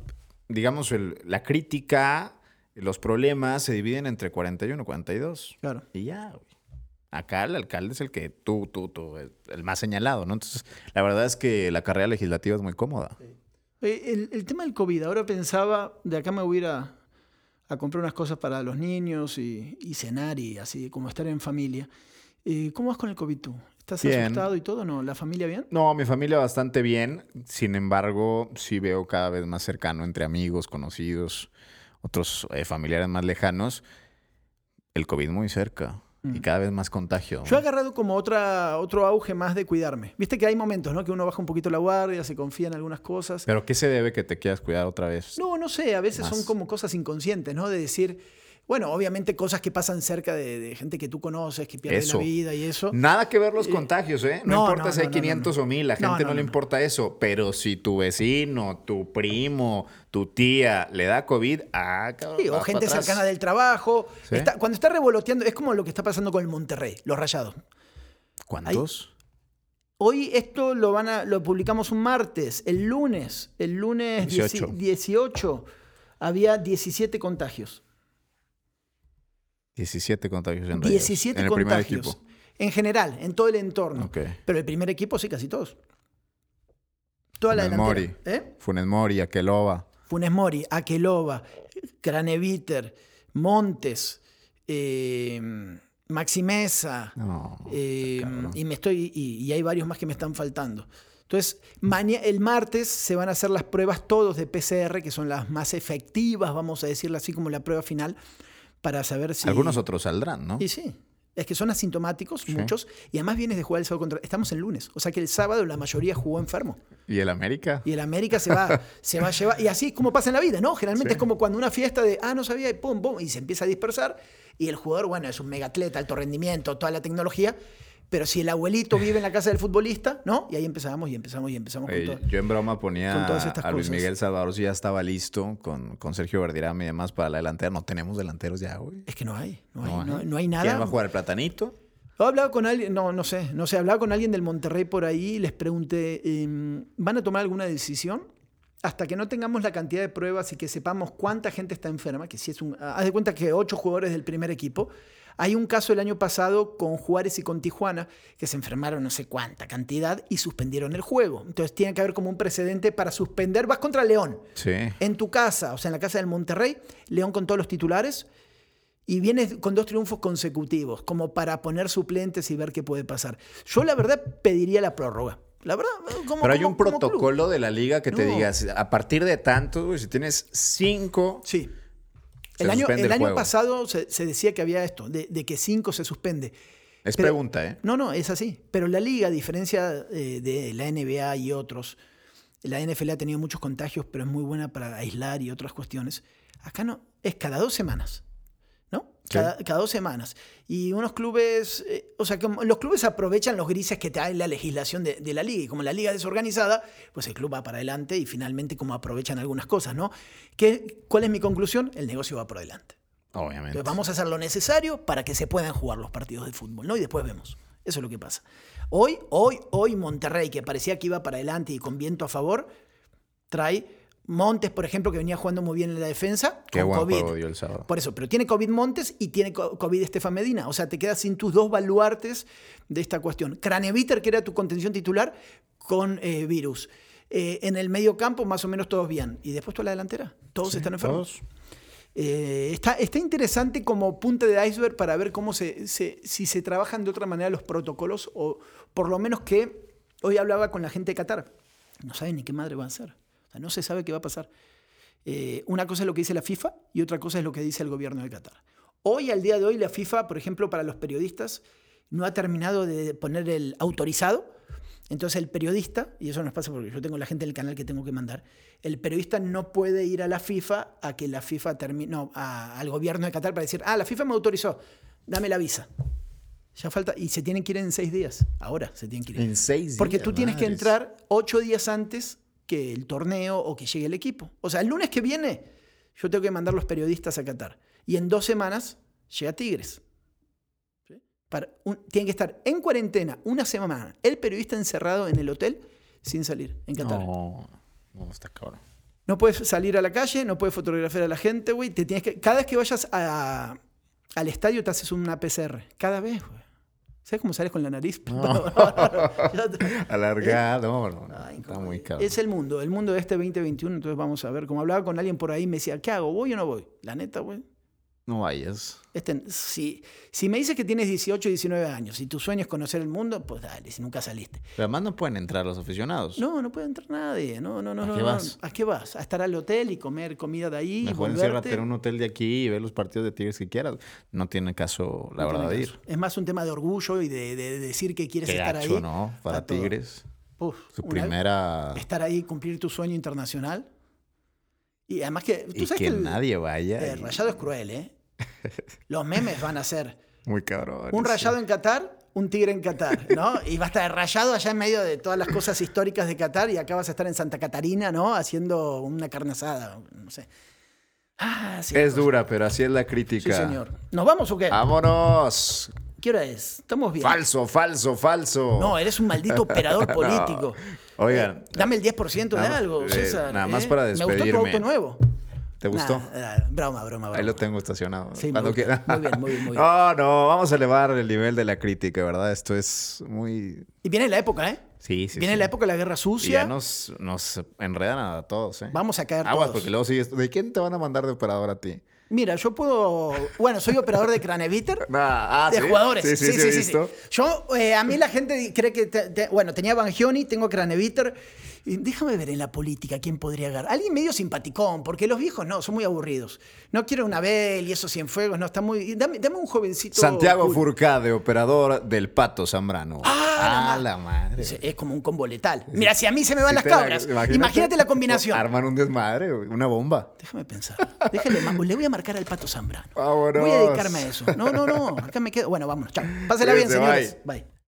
crítica, los problemas se dividen entre 41 y 42. Claro. Y ya, güey. Acá el alcalde es el que tú, el más señalado, ¿no? Entonces, la verdad es que la carrera legislativa es muy cómoda. Sí. El tema del COVID, ahora pensaba, de acá me voy a ir a comprar unas cosas para los niños y cenar y así, como estar en familia. ¿Cómo vas con el COVID tú? ¿Estás bien. asustado y todo? ¿No? ¿La familia bien? No, mi familia bastante bien. Sin embargo, sí veo cada vez más cercano entre amigos, conocidos, otros familiares más lejanos, el COVID muy cerca. Y cada vez más contagio. Yo he agarrado como otro auge más de cuidarme. Viste que hay momentos, ¿no? Que uno baja un poquito la guardia, se confía en algunas cosas. ¿Pero qué se debe que te quieras cuidar otra vez? No sé. A veces más. son como cosas inconscientes, ¿no? De decir, bueno, obviamente cosas que pasan cerca de gente que tú conoces, que pierde la vida y eso. Nada que ver los contagios, ¿eh? No importa si hay 500 o 1000. La gente no le importa eso. Pero si tu vecino, tu primo, tu tía le da COVID, cabrón, sí, o gente cercana del trabajo. ¿Sí? Cuando está revoloteando, es como lo que está pasando con el Monterrey, los Rayados. ¿Cuántos? Hoy esto lo publicamos un martes. El lunes 18 había 17 contagios. 17 contagios en 17 en el contagios. Primer equipo. En general, en todo el entorno. Okay. Pero el primer equipo sí, casi todos. Toda la delantera. Funes Mori, Akeloba. Funes Mori, Akeloba, Craneviter, Montes, Maxi Mesa. Y hay varios más que me están faltando. Entonces, el martes se van a hacer las pruebas todos de PCR, que son las más efectivas, vamos a decirlo así, como la prueba final, para saber si... Algunos otros saldrán, ¿no? Y sí. Es que son asintomáticos, muchos, y además vienes de jugar el sábado contra... Estamos en lunes, o sea que el sábado la mayoría jugó enfermo. ¿Y el América? Y el América se va a llevar... Y así es como pasa en la vida, ¿no? Generalmente es como cuando una fiesta de, no sabía, y pum, y se empieza a dispersar, y el jugador, bueno, es un megatleta, alto rendimiento, toda la tecnología, pero si el abuelito vive en la casa del futbolista, ¿no? Y ahí empezamos con todo. Yo en broma ponía a Luis cosas. Miguel Salvador, si ya estaba listo con Sergio Verdirame y demás para la delantera. No tenemos delanteros ya, güey. Es que no hay nada. ¿Quién va a jugar, el Platanito? Hablaba con alguien, no sé, hablaba con alguien del Monterrey por ahí y les pregunté, ¿van a tomar alguna decisión? Hasta que no tengamos la cantidad de pruebas y que sepamos cuánta gente está enferma, que si es haz de cuenta que 8 jugadores del primer equipo. Hay un caso el año pasado con Juárez y con Tijuana que se enfermaron no sé cuánta cantidad y suspendieron el juego. Entonces tiene que haber como un precedente para suspender. Vas contra León. Sí. En tu casa, o sea, en la casa del Monterrey, León con todos los titulares y vienes con 2 triunfos consecutivos, como para poner suplentes y ver qué puede pasar. Yo la verdad pediría la prórroga. La verdad, pero hay un protocolo de la liga que te digas, a partir de tanto, si tienes 5... Sí. El año pasado se decía que había esto, de que 5 se suspende. Es pregunta, ¿eh? No, es así. Pero la liga, a diferencia de la NBA y otros, la NFL ha tenido muchos contagios, pero es muy buena para aislar y otras cuestiones. Acá no, es cada 2 semanas. ¿No? Sí. Cada 2 semanas. Y unos clubes, los clubes aprovechan los grises que trae la legislación de la liga. Y como la liga es desorganizada, pues el club va para adelante y finalmente como aprovechan algunas cosas, ¿no? ¿Cuál es mi conclusión? El negocio va por delante. Obviamente. Entonces vamos a hacer lo necesario para que se puedan jugar los partidos de fútbol, ¿no? Y después vemos. Eso es lo que pasa. Hoy Monterrey, que parecía que iba para adelante y con viento a favor, trae Montes, por ejemplo, que venía jugando muy bien en la defensa, Qué con buen COVID. juego dio el sábado. Por eso, pero tiene COVID Montes y tiene COVID Estefan Medina. O sea, te quedas sin tus 2 baluartes de esta cuestión. Craneviter, que era tu contención titular, con virus. En el medio campo, más o menos todos bien. Y después toda la delantera. Todos están enfermos. Está interesante como punta de iceberg para ver cómo si se trabajan de otra manera los protocolos, o por lo menos que hoy hablaba con la gente de Qatar. No saben ni qué madre va a hacer. O sea, no se sabe qué va a pasar. Una cosa es lo que dice la FIFA y otra cosa es lo que dice el gobierno de Qatar. Hoy, al día de hoy, la FIFA, por ejemplo, para los periodistas, no ha terminado de poner el autorizado. Entonces el periodista, y eso nos pasa porque yo tengo la gente del canal que tengo que mandar, el periodista no puede ir a la FIFA a que la FIFA al gobierno de Qatar para decir, la FIFA me autorizó, dame la visa. Ya falta, y se tienen que ir en 6 días. Ahora se tienen que ir. En 6 días. Porque tú tienes que entrar 8 días antes que el torneo o que llegue el equipo. O sea, el lunes que viene yo tengo que mandar los periodistas a Qatar. Y en 2 semanas llega Tigres. ¿Sí? Tienen que estar en cuarentena 1 semana. El periodista encerrado en el hotel sin salir en Qatar. No, está cabrón. No puedes salir a la calle, no puedes fotografiar a la gente, güey. Cada vez que vayas al estadio te haces una PCR. Cada vez, güey. ¿Sabes cómo sales con la nariz? No. Alargado, no. Ay, Está muy cabrón. Es el mundo de este 2021. Entonces vamos a ver. Como hablaba con alguien por ahí, me decía, ¿qué hago? ¿Voy o no voy? La neta, güey. No vayas. Si me dices que tienes 18, 19 años y tu sueño es conocer el mundo, pues dale, si nunca saliste. Pero además no pueden entrar los aficionados. No puede entrar nadie. No. ¿A qué vas? ¿A qué vas? A estar al hotel y comer comida de ahí. Mejor volverte. enciérrate en un hotel de aquí y ver los partidos de Tigres que quieras. No tiene caso, la verdad, de ir. Es más un tema de orgullo y de decir que quieres Qué estar gacho, ahí. ¿no? Para Tigres. Su Una- primera... Estar ahí, cumplir tu sueño internacional. Y además que... ¿tú Y sabes que el nadie vaya. El Rayado es cruel, ¿eh? Los memes van a ser Muy cabrón. un sí. Rayado en Qatar, un Tigre en Qatar, ¿no? Y va a estar Rayado allá en medio de todas las cosas históricas de Qatar y acá vas a estar en Santa Catarina, ¿no? Haciendo una carne asada, no sé. Sí, Es dura, pero así es la crítica. Sí, señor. ¿Nos vamos o qué? ¡Vámonos! ¿Qué hora es? Estamos bien. Falso. No, eres un maldito operador político. No. Oigan. Dame el 10% de nada- algo, César. nada más para Me gustó tu despedirme. auto nuevo. ¿Te gustó? Broma. Ahí lo tengo estacionado. Sí, Cuando muy bien, quiera. muy bien. No, vamos a elevar el nivel de la crítica, ¿verdad? Esto es muy... Y viene la época, ¿eh? Sí. Viene la época de la guerra Y sucia. ya nos enredan a todos, ¿eh? Vamos a caer Aguas, todos. porque luego sigues... ¿De quién te van a mandar de operador a ti? Mira, yo puedo... Bueno, soy operador de Craneviter. de ¿sí? jugadores. Sí, he visto. Yo, a mí la gente cree que... bueno, tenía Bangioni, tengo Craneviter. Y déjame ver en la política quién podría agarrar. Alguien medio simpaticón, porque los viejos no, son muy aburridos. No quiero una Abel y esos Cienfuegos, no, está muy... Dame un jovencito... Santiago cool. Furcade, operador del Pato Zambrano. La madre. Es como un combo letal. Mira, si a mí se me van Si las te cabras, imagínate, imagínate la combinación. Arman un desmadre, una bomba. Déjame pensar. Le voy a marcar al Pato Zambrano. Vámonos. Voy a dedicarme a eso. No. Acá me quedo. Bueno, vámonos. Chao. Pásela bien, Cuídense, señores. Bye.